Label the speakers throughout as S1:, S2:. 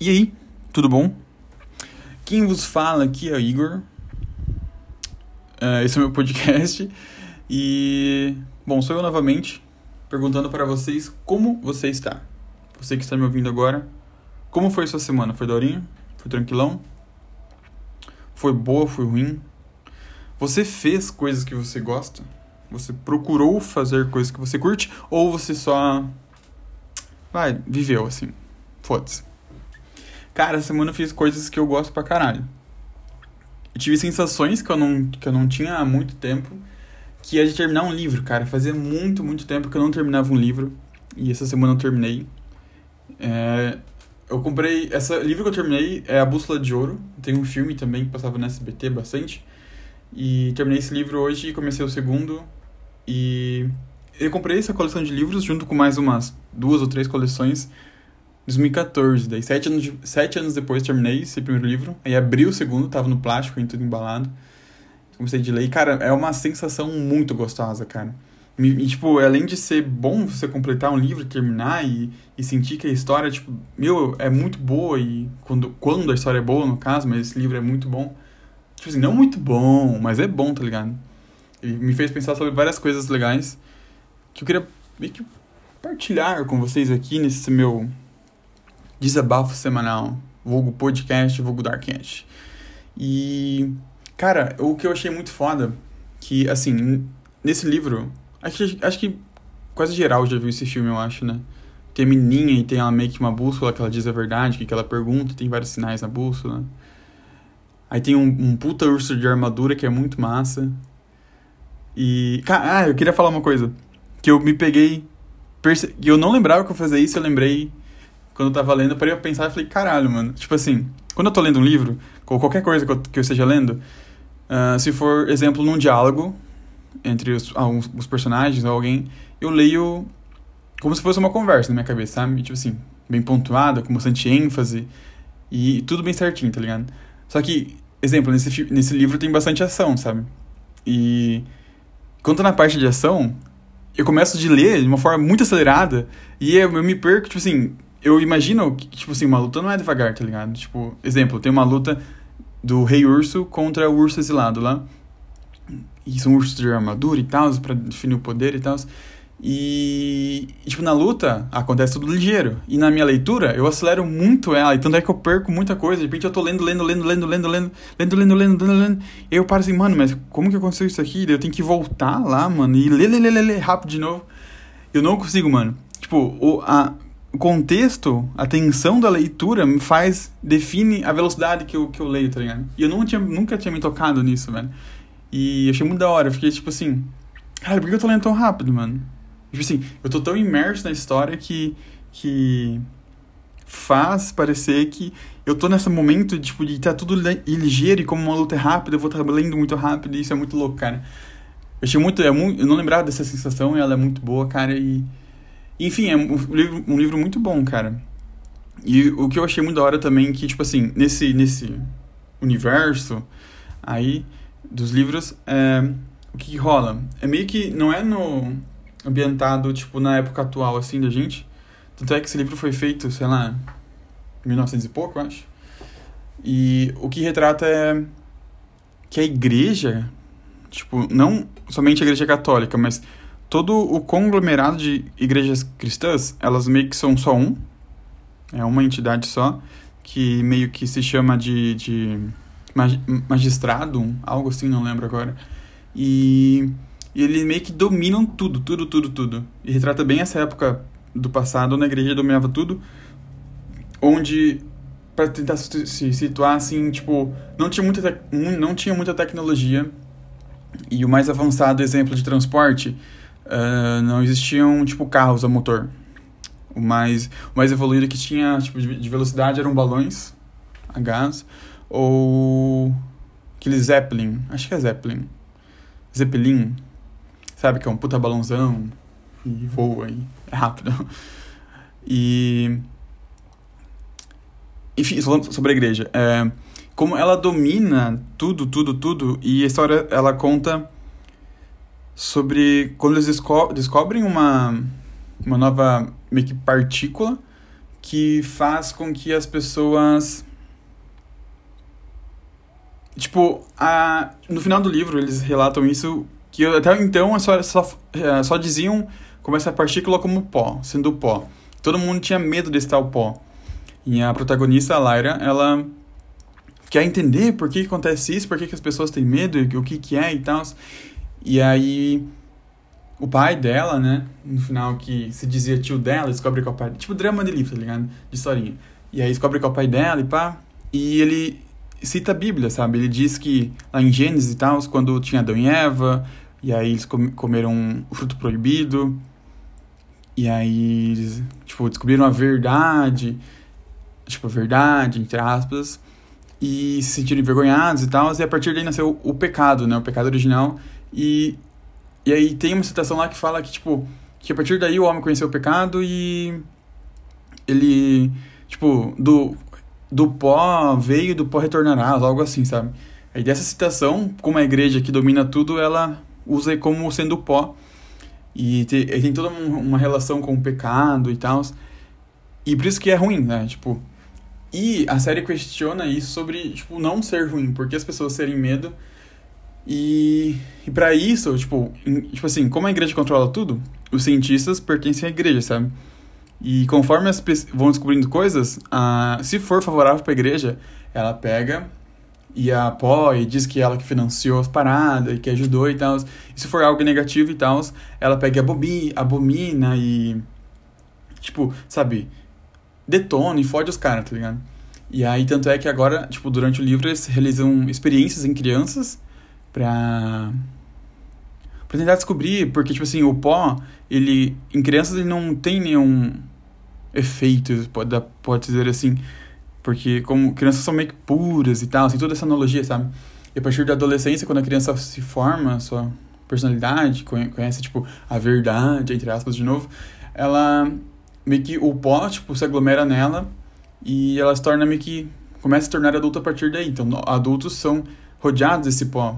S1: E aí, tudo bom? Quem vos fala aqui é o Igor. Esse é o meu podcast. E, bom, sou eu novamente, perguntando para vocês como você está. Você que está me ouvindo agora, como foi sua semana? Foi daorinha? Foi tranquilão? Foi boa? Foi ruim? Você fez coisas que você gosta? Você procurou fazer coisas que você curte? Ou você só... viveu assim? Foda-se. Cara, essa semana eu fiz coisas que eu gosto pra caralho. Eu tive sensações que eu não tinha há muito tempo, que é de terminar um livro, cara. Fazia muito tempo que eu não terminava um livro, e essa semana eu terminei. Eu comprei... Esse livro que eu terminei é A Bússola de Ouro. Tem um filme também que passava na SBT bastante. E terminei esse livro hoje e comecei o segundo. E eu comprei essa coleção de livros junto com mais umas 2 ou 3 coleções 2014, daí 7 anos depois terminei esse primeiro livro, aí abri o segundo, tava no plástico, tudo embalado, comecei a ler, e cara, é uma sensação muito gostosa, cara, e tipo, além de ser bom você completar um livro, terminar e sentir que a história, tipo, é muito boa, e quando a história é boa, no caso, mas esse livro é muito bom, tipo assim, não muito bom, mas é bom, tá ligado? Ele me fez pensar sobre várias coisas legais, que eu queria meio que partilhar com vocês aqui nesse meu desabafo semanal, vulgo podcast, vulgo Darkcast. E, cara, o que eu achei muito foda, que, assim, nesse livro, acho que quase geral já viu esse filme, eu acho, né? Tem a menininha e tem ela meio que uma bússola que ela diz a verdade, que ela pergunta, tem vários sinais na bússola. Aí tem um puta urso de armadura que é muito massa. E, cara, eu queria falar uma coisa, que eu me peguei, e eu não lembrava que eu fazia isso, eu lembrei quando eu tava lendo, eu parei pra pensar e falei, caralho, mano. Tipo assim, quando eu tô lendo um livro, ou qualquer coisa que eu esteja lendo, se for, exemplo, num diálogo entre os personagens ou alguém, eu leio como se fosse uma conversa na minha cabeça, sabe? Tipo assim, bem pontuada, com bastante ênfase, e tudo bem certinho, tá ligado? Só que, exemplo, nesse livro tem bastante ação, sabe? E quando tá na parte de ação, eu começo de ler de uma forma muito acelerada, e eu me perco, tipo assim... Eu imagino que, tipo assim, uma luta não é devagar, tá ligado? Tipo, exemplo, tem uma luta do Rei Urso contra o Urso Exilado lá. E são ursos de armadura e tal, pra definir o poder e tal. E, tipo, na luta, acontece tudo ligeiro. E na minha leitura, eu acelero muito ela. E tanto é que eu perco muita coisa. De repente eu tô lendo. E eu paro assim, mano, mas como que aconteceu isso aqui? Daí eu tenho que voltar lá, mano, e ler rápido de novo. Eu não consigo, mano. Tipo, o contexto, a tensão da leitura define a velocidade que eu leio, tá ligado? E eu nunca tinha me tocado nisso, velho. E achei muito da hora. Eu fiquei tipo assim, cara, por que eu tô lendo tão rápido, mano? Tipo assim, eu tô tão imerso na história que faz parecer que eu tô nesse momento, tipo, de tá tudo ligeiro e como uma luta é rápida, eu vou estar lendo muito rápido e isso é muito louco, cara. Eu achei eu não lembrava dessa sensação e ela é muito boa, cara, e... Enfim, é um livro muito bom, cara. E o que eu achei muito da hora também, que, tipo assim, nesse universo aí dos livros, o que rola? É meio que, não é ambientado, tipo, na época atual, assim, da gente. Tanto é que esse livro foi feito, sei lá, em 1900 e pouco, eu acho. E o que retrata é que a igreja, tipo, não somente a igreja católica, mas... todo o conglomerado de igrejas cristãs, elas meio que são só é uma entidade só, que meio que se chama de magistrado, algo assim, não lembro agora, e eles meio que dominam tudo, e retrata bem essa época do passado, onde a igreja dominava tudo, onde, para tentar se situar assim, tipo, não tinha muita tecnologia, e o mais avançado exemplo de transporte... não existiam, tipo, carros a motor. O mais evoluído que tinha, tipo, de velocidade eram balões a gás. Ou aquele Zeppelin. Acho que é Zeppelin. Zeppelin. Sabe, que é um puta balãozão. E voa e é rápido. E... Enfim, falando sobre a igreja. Como ela domina tudo. E a história, ela conta... sobre quando eles descobrem uma nova meio que partícula que faz com que as pessoas... Tipo, no final do livro eles relatam isso, que até então só diziam como essa partícula como pó, sendo pó. Todo mundo tinha medo desse tal pó. E a protagonista, a Lyra, ela quer entender por que acontece isso, por que as pessoas têm medo, o que é e tal. E aí, o pai dela, né, no final, que se dizia tio dela, descobre que é o pai... Tipo, drama de livro, tá ligado? De historinha. E aí descobre que é o pai dela e pá. E ele cita a Bíblia, sabe? Ele diz que lá em Gênesis e tal, quando tinha Adão e Eva, e aí eles comeram o fruto proibido, e aí eles, tipo, descobriram a verdade, tipo, a verdade, entre aspas, e se sentiram envergonhados e tal, e a partir daí nasceu o pecado, né? O pecado original, e aí tem uma citação lá que fala que, tipo, que a partir daí o homem conheceu o pecado e ele, tipo, do pó veio e do pó retornará, algo assim, sabe? Aí dessa citação, como a igreja que domina tudo, ela usa como sendo pó. E tem toda uma relação com o pecado e tal. E por isso que é ruim, né? Tipo, e a série questiona isso sobre, tipo, não ser ruim. Porque as pessoas terem medo. E pra isso, tipo assim, como a igreja controla tudo, os cientistas pertencem à igreja, sabe? E conforme as pessoas vão descobrindo coisas, se for favorável pra igreja, ela pega e a apoia e diz que ela que financiou as paradas e que ajudou e tal. E se for algo negativo e tal, ela pega e abomina e, tipo, sabe, detona e fode os caras, tá ligado? E aí, tanto é que agora, tipo, durante o livro, eles realizam experiências em crianças pra tentar descobrir, porque, tipo assim, o pó, em crianças, ele não tem nenhum efeito, pode dizer assim, porque como crianças são meio que puras e tal, assim, toda essa analogia, sabe? E a partir da adolescência, quando a criança se forma, sua personalidade, conhece, tipo, a verdade, entre aspas, de novo, ela, meio que o pó, tipo, se aglomera nela e ela se torna meio que, começa a se tornar adulta a partir daí. Então, adultos são rodeados desse pó.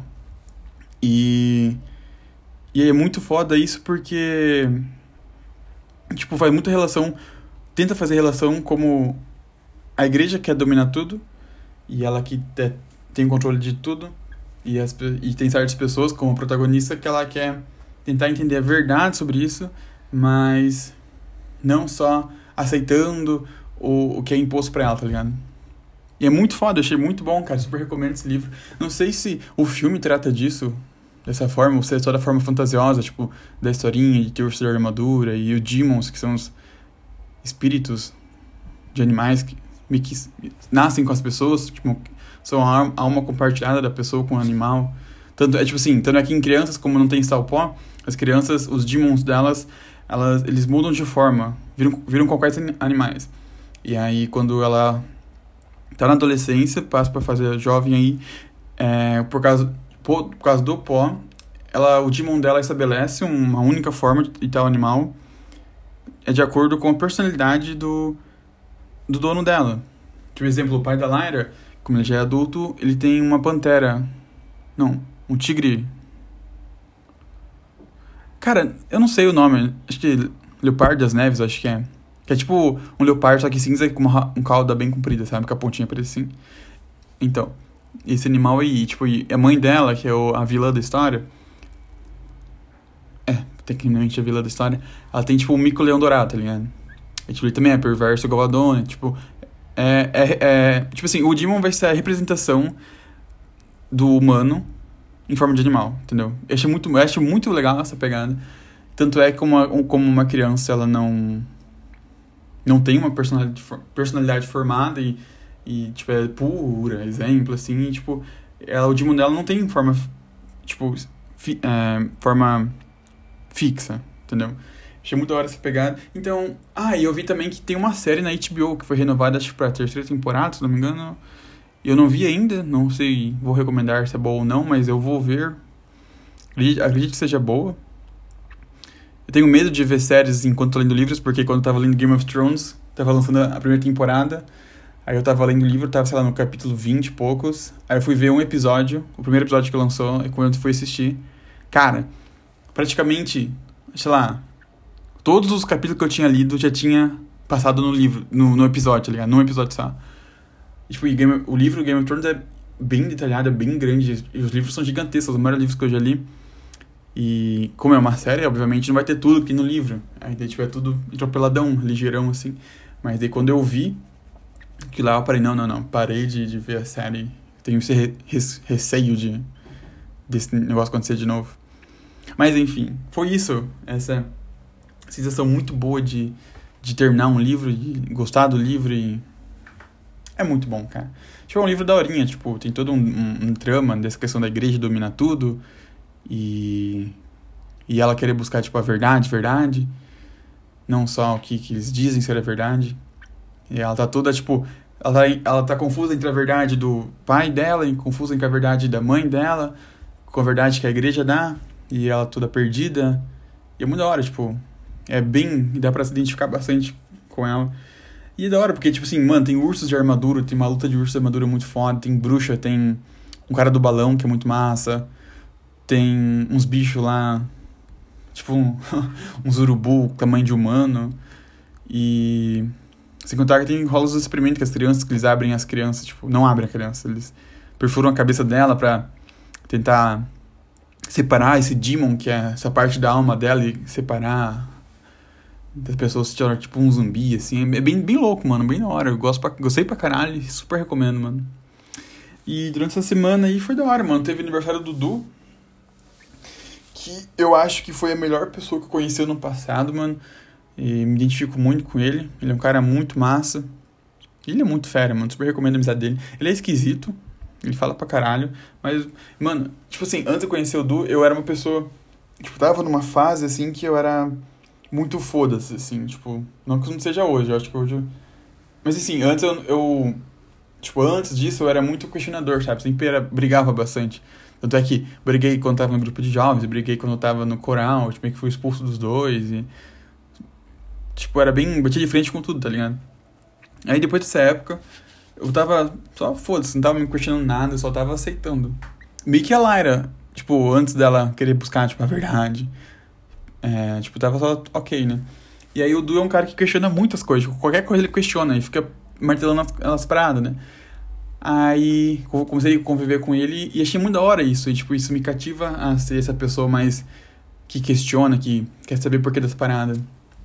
S1: E é muito foda isso porque, tipo, faz muita relação, tenta fazer relação como a igreja quer dominar tudo e ela que tem o controle de tudo e tem certas pessoas como a protagonista que ela quer tentar entender a verdade sobre isso, mas não só aceitando o que é imposto pra ela, tá ligado? E é muito foda, eu achei muito bom, cara, super recomendo esse livro. Não sei se o filme trata disso dessa forma, ou se é só da forma fantasiosa, tipo, da historinha de ter o urso de armadura e os demons, que são os espíritos de animais que nascem com as pessoas, tipo, são a alma compartilhada da pessoa com o animal. Tanto é que em crianças, como não tem sal pó, as crianças, os demons delas, eles mudam de forma, viram qualquer animais. E aí, quando ela tá na adolescência, passa pra fazer jovem aí, por causa do pó, o demon dela estabelece uma única forma de tal animal, de acordo com a personalidade do dono dela. Por exemplo, o pai da Lyra, como ele já é adulto, ele tem uma pantera. Não, um tigre. Cara, eu não sei o nome. Acho que leopardo das neves, acho que é. Que é tipo um leopardo, só que cinza com um cauda bem comprida, sabe? Com a pontinha parece assim. Então, esse animal aí, tipo, e a mãe dela, que é a vilã da história. Tecnicamente a vilã da história. Ela tem tipo um mico-leão dourado, tá ligado? E, tipo, ele também é perverso igual a dona, tipo... tipo assim, o demon vai ser a representação do humano em forma de animal, entendeu? Eu acho muito legal essa pegada. Tanto é que como uma criança, ela não tem uma personalidade formada e tipo, é pura, exemplo, assim, e, tipo, o demon dela não tem forma, tipo, forma fixa, entendeu? Achei muito da hora essa pegada. Então, e eu vi também que tem uma série na HBO que foi renovada, acho que pra 3ª temporada, se não me engano. Eu não vi ainda, não sei, vou recomendar se é boa ou não, mas eu vou ver. Acredito que seja boa. Eu tenho medo de ver séries enquanto tô lendo livros, porque quando eu tava lendo Game of Thrones, tava lançando a primeira temporada, aí eu tava lendo o livro, tava, sei lá, no capítulo 20 e poucos, aí eu fui ver um episódio, o primeiro episódio que lançou, e quando eu fui assistir, cara, praticamente, sei lá, todos os capítulos que eu tinha lido já tinha passado no livro, no episódio, tá ligado? Num episódio só. E, tipo, o livro Game of Thrones é bem detalhado, é bem grande, e os livros são gigantescos, os maiores livros que eu já li. E como é uma série, obviamente não vai ter tudo aqui no livro. Aí daí, tipo, é tudo atropeladão, ligeirão, assim. Mas daí quando eu vi, que lá eu parei, não, parei de ver a série. Tenho esse receio desse negócio acontecer de novo. Mas enfim, foi isso, essa sensação muito boa de terminar um livro, de gostar do livro e... É muito bom, cara. Tipo, é um livro daorinha, tipo, tem todo um trama dessa questão da igreja dominar tudo e ela querer buscar, tipo, a verdade, não só o que eles dizem ser a verdade. E ela tá toda, tipo, ela tá confusa entre a verdade do pai dela e confusa entre a verdade da mãe dela, com a verdade que a igreja dá, e ela toda perdida. E é muito da hora, tipo, dá pra se identificar bastante com ela. E é da hora, porque, tipo assim, mano, tem ursos de armadura, tem uma luta de ursos de armadura muito foda, tem bruxa, tem um cara do balão que é muito massa, tem uns bichos lá, tipo, uns urubu tamanho de humano, e sem contar que rola os experimentos com as crianças, que eles abrem as crianças, tipo, não abrem a criança, eles perfuram a cabeça dela pra tentar separar esse demon, que é essa parte da alma dela, e separar das pessoas se tornam tipo um zumbi, assim. É bem louco, mano, bem da hora. Eu gostei pra caralho e super recomendo, mano. E durante essa semana aí foi da hora, mano. Teve aniversário do Dudu, que eu acho que foi a melhor pessoa que eu conheci no passado, mano. E me identifico muito com ele. Ele é um cara muito massa. Ele é muito fera, mano. Super recomendo a amizade dele. Ele é esquisito. Ele fala pra caralho. Mas, mano, tipo assim, antes de eu conhecer o Du, eu era uma pessoa... Tipo, tava numa fase, assim, que eu era... muito foda-se, assim, tipo... Não que não seja hoje, eu acho que hoje... Mas, assim, antes eu tipo, antes disso eu era muito questionador, sabe? Sempre brigava bastante. Tanto é que briguei quando tava no grupo de jovens, briguei quando eu tava no coral, tipo, meio que fui expulso dos dois e... Tipo, batia de frente com tudo, tá ligado? Aí, depois dessa época, eu tava só, foda-se, não tava me questionando nada, eu só tava aceitando. Meio que a Lyra, tipo, antes dela querer buscar, tipo, a verdade... tipo, tava só ok, né? E aí o Du é um cara que questiona muitas coisas. Qualquer coisa ele questiona e fica martelando elas paradas, né? Aí comecei a conviver com ele e achei muito da hora isso. E, tipo, isso me cativa a ser essa pessoa mais que questiona, que quer saber por que das paradas.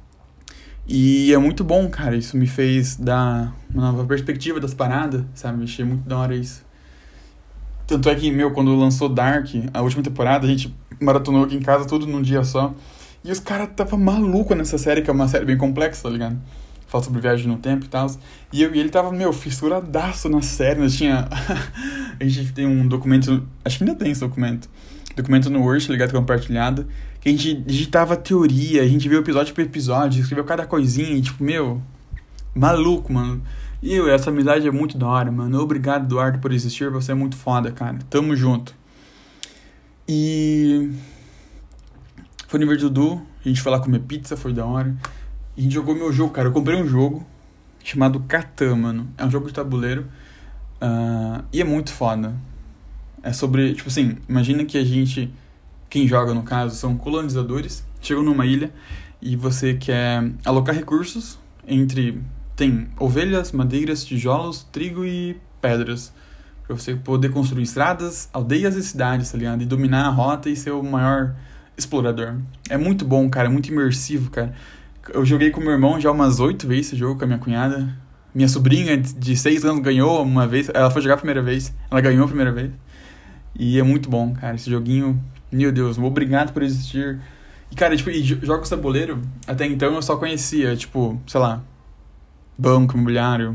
S1: E é muito bom, cara. Isso me fez dar uma nova perspectiva das paradas, sabe? Achei muito da hora isso. Tanto é que, quando lançou Dark, a última temporada, a gente maratonou aqui em casa tudo num dia só. E os caras tava maluco nessa série, que é uma série bem complexa, tá ligado? Fala sobre viagem no tempo e tal. E ele tava, fissuradaço na série. Nós tinha... a gente tem um documento... Acho que ainda tem esse documento. Documento no Word, tá ligado? Compartilhado. Que a gente digitava teoria, a gente viu episódio por episódio, escreveu cada coisinha e, tipo, maluco, mano. E essa amizade é muito da hora, mano. Obrigado, Eduardo, por existir. Você é muito foda, cara. Tamo junto. E... Foi no aniversário do Dudu, a gente foi lá comer pizza, foi da hora. E a gente jogou meu jogo, cara. Eu comprei um jogo chamado Catan, mano. É um jogo de tabuleiro. E é muito foda. É sobre, tipo assim, imagina que quem joga no caso, são colonizadores. Chegam numa ilha e você quer alocar recursos tem ovelhas, madeiras, tijolos, trigo e pedras. Pra você poder construir estradas, aldeias e cidades, tá ligado? E dominar a rota e ser o maior... explorador. É muito bom, cara. É muito imersivo, cara. Eu joguei com meu irmão já umas 8 vezes esse jogo, com a minha cunhada. Minha sobrinha de 6 anos ganhou uma vez. Ela foi jogar a primeira vez. Ela ganhou a primeira vez. E é muito bom, cara. Esse joguinho... Meu Deus, obrigado por existir. E, cara, tipo, jogos tabuleiro, até então eu só conhecia, tipo, sei lá... Banco, imobiliário...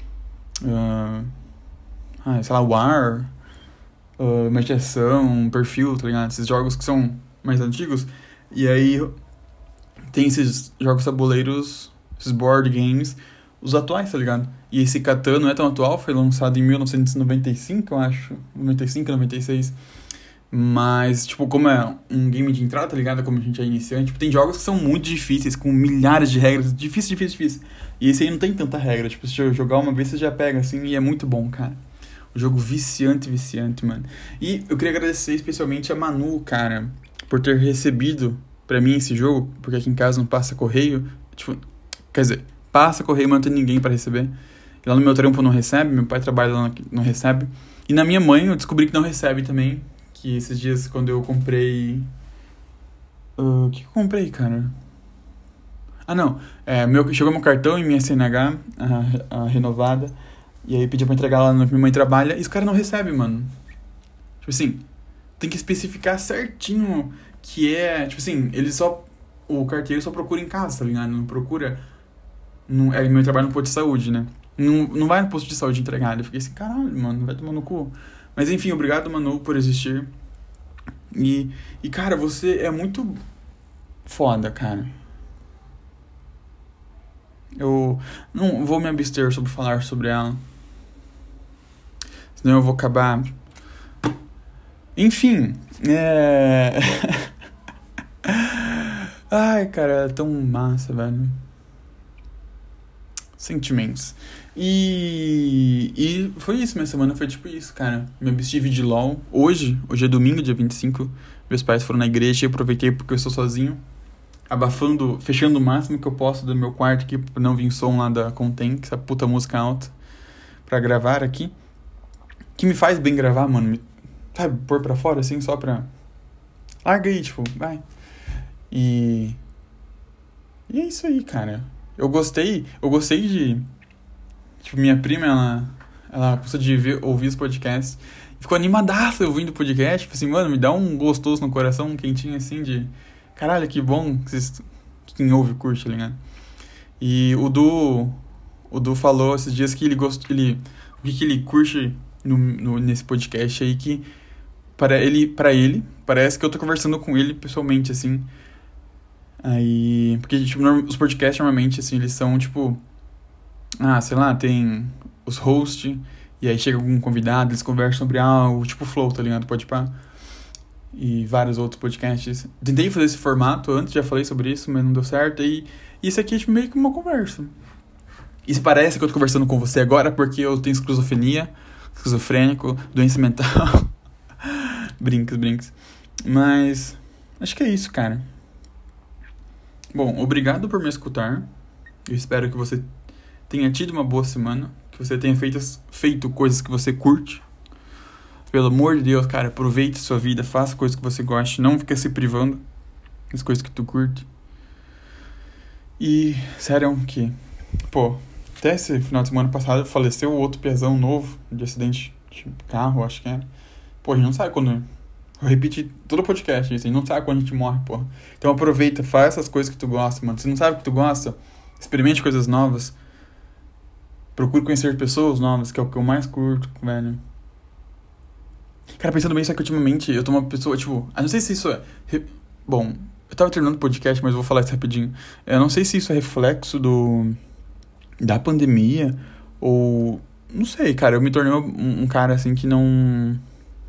S1: sei lá, War... Mediação, Perfil, tá ligado? Esses jogos que são... mais antigos, e aí tem esses jogos tabuleiros, esses board games, os atuais, tá ligado? E esse Catan não é tão atual, foi lançado em 1995, eu acho, 95, 96, mas, tipo, como é um game de entrada, tá ligado? Como a gente é iniciante, tipo, tem jogos que são muito difíceis, com milhares de regras, difícil, e esse aí não tem tanta regra, tipo, se eu jogar uma vez, você já pega, assim, e é muito bom, cara. O jogo viciante, mano. E eu queria agradecer especialmente a Manu, cara, por ter recebido pra mim esse jogo, porque aqui em casa não passa correio, tipo, quer dizer, passa correio, mas não tem ninguém pra receber. E lá no meu trampo não recebe, meu pai trabalha lá, não recebe. E na minha mãe eu descobri que não recebe também. Que esses dias, quando eu comprei... O que eu comprei, cara? Ah, não. Chegou meu cartão e minha CNH, a renovada. E aí pedi pra entregar lá onde minha mãe trabalha. E os caras não recebem, mano. Tipo assim, tem que especificar certinho que é... Tipo assim, o carteiro só procura em casa, tá ligado? Não procura... meu trabalho no posto de saúde, né? Não vai no posto de saúde entregar. Eu fiquei assim, caralho, mano, vai tomar no cu. Mas enfim, obrigado, Manu, por existir. E cara, você é muito foda, cara. Eu não vou me abster sobre falar sobre ela. Senão eu vou acabar... Enfim, Ai, cara, é tão massa, velho. Sentimentos. E foi isso, minha semana foi tipo isso, cara. Me abstive de LOL. Hoje é domingo, dia 25. Meus pais foram na igreja e eu aproveitei porque eu estou sozinho. Fechando o máximo que eu posso do meu quarto aqui, pra não vir som lá da Contém, que essa puta música alta, pra gravar aqui. Que me faz bem gravar, mano. Sabe, pôr pra fora, assim, só pra... Larga aí, tipo, vai. E é isso aí, cara. Eu gostei de... Tipo, minha prima, ela gosta de ouvir os podcasts. Ficou animadaça ouvindo o podcast. Tipo assim, mano, me dá um gostoso no coração, um quentinho assim de... Caralho, que bom quem ouve curte, tá ligado? E o Du falou esses dias que o que ele curte nesse podcast aí, que para ele, parece que eu tô conversando com ele pessoalmente, assim. Aí, porque, tipo, os podcasts normalmente, assim, eles são, tipo... sei lá, tem os hosts, e aí chega algum convidado, eles conversam sobre algo, tipo Flow, tá ligado? Pode pá. E vários outros podcasts. Tentei fazer esse formato antes, já falei sobre isso, mas não deu certo. E isso aqui é tipo, meio que uma conversa. E se parece que eu tô conversando com você agora porque eu tenho esquizofrênico, doença mental. Brinks. Mas acho que é isso, cara. Bom, obrigado por me escutar. Eu espero que você tenha tido uma boa semana, que você tenha feito coisas que você curte. Pelo amor de Deus, cara, aproveite sua vida, faça coisas que você goste, não fica se privando das coisas que tu curte. E, sério, que... Pô, até esse final de semana passado faleceu outro piazão novo de acidente de carro, acho que era. Pô, a gente não sabe quando... Eu repeti todo o podcast isso, a gente não sabe quando a gente morre, pô. Então aproveita, faz essas coisas que tu gosta, mano. Se não sabe o que tu gosta, experimente coisas novas. Procure conhecer pessoas novas, que é o que eu mais curto, velho. Cara, pensando bem, só que ultimamente eu tô uma pessoa, tipo... Eu não sei se isso é... Bom, eu tava terminando o podcast, mas eu vou falar isso rapidinho. Eu não sei se isso é reflexo da pandemia ou... Não sei, cara. Eu me tornei um cara, assim, que não...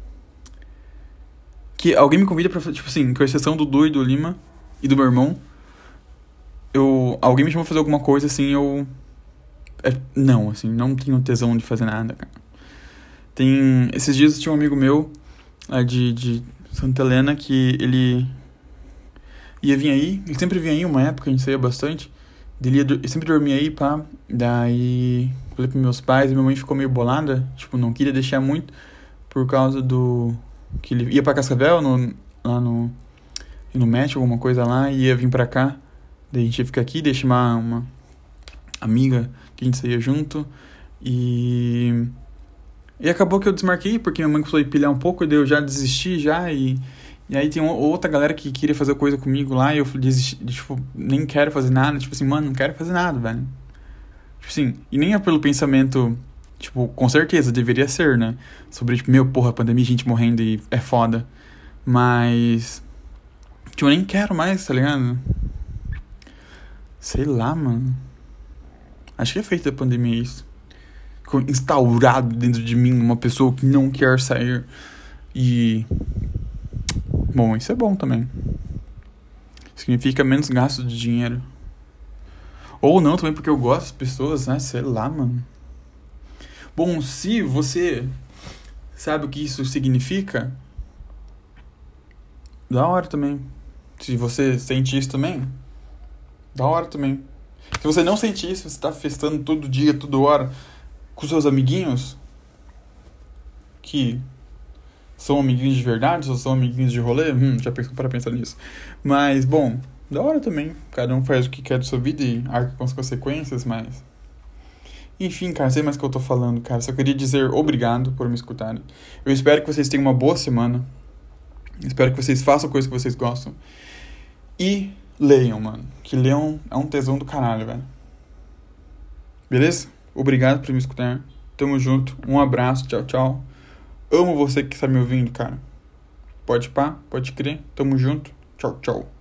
S1: Que alguém me convida pra... Tipo assim, com exceção do Du e do Lima e do meu irmão, alguém me chamou pra fazer alguma coisa, assim, não, assim, não tenho tesão de fazer nada, cara. Esses dias tinha um amigo meu de Santa Helena que ele ia vir aí. Ele sempre vinha aí, uma época a gente saía bastante. Ele sempre dormia aí, pá. Daí falei pros meus pais e minha mãe ficou meio bolada. Tipo, não queria deixar muito por causa que ele ia pra Cascavel lá no México, alguma coisa lá, e ia vir pra cá. Daí a gente ia ficar aqui, daí chamar uma amiga que a gente saía junto. E acabou que eu desmarquei, porque minha mãe começou a pilhar um pouco, e daí eu já desisti já, e aí tem outra galera que queria fazer coisa comigo lá, e eu desisti, tipo, nem quero fazer nada, tipo assim, mano, não quero fazer nada, velho. Tipo assim, e nem é pelo pensamento, tipo, com certeza, deveria ser, né, sobre, tipo, porra, pandemia, gente morrendo e é foda, mas, tipo, eu nem quero mais, tá ligado? Sei lá, mano. Acho que é feito da pandemia isso. Instaurado dentro de mim uma pessoa que não quer sair. E... Bom, isso é bom também. Significa menos gasto de dinheiro. Ou não também, porque eu gosto das pessoas, né? Sei lá, mano. Bom, se você sabe o que isso significa, da hora também. Se você sente isso também, da hora também. Se você não sente isso, você tá festando todo dia, toda hora, com seus amiguinhos, que são amiguinhos de verdade ou são amiguinhos de rolê? Já pensou para pensar nisso. Mas, bom, da hora também. Cada um faz o que quer da sua vida e arca com as consequências, mas... Enfim, cara, sei mais o que eu tô falando, cara. Só queria dizer obrigado por me escutarem. Eu espero que vocês tenham uma boa semana. Espero que vocês façam coisas que vocês gostam. E leiam, mano. Que leiam é um tesão do caralho, velho. Beleza? Obrigado por me escutar. Tamo junto. Um abraço. Tchau, tchau. Amo você que tá me ouvindo, cara. Pode pá, pode crer. Tamo junto. Tchau, tchau.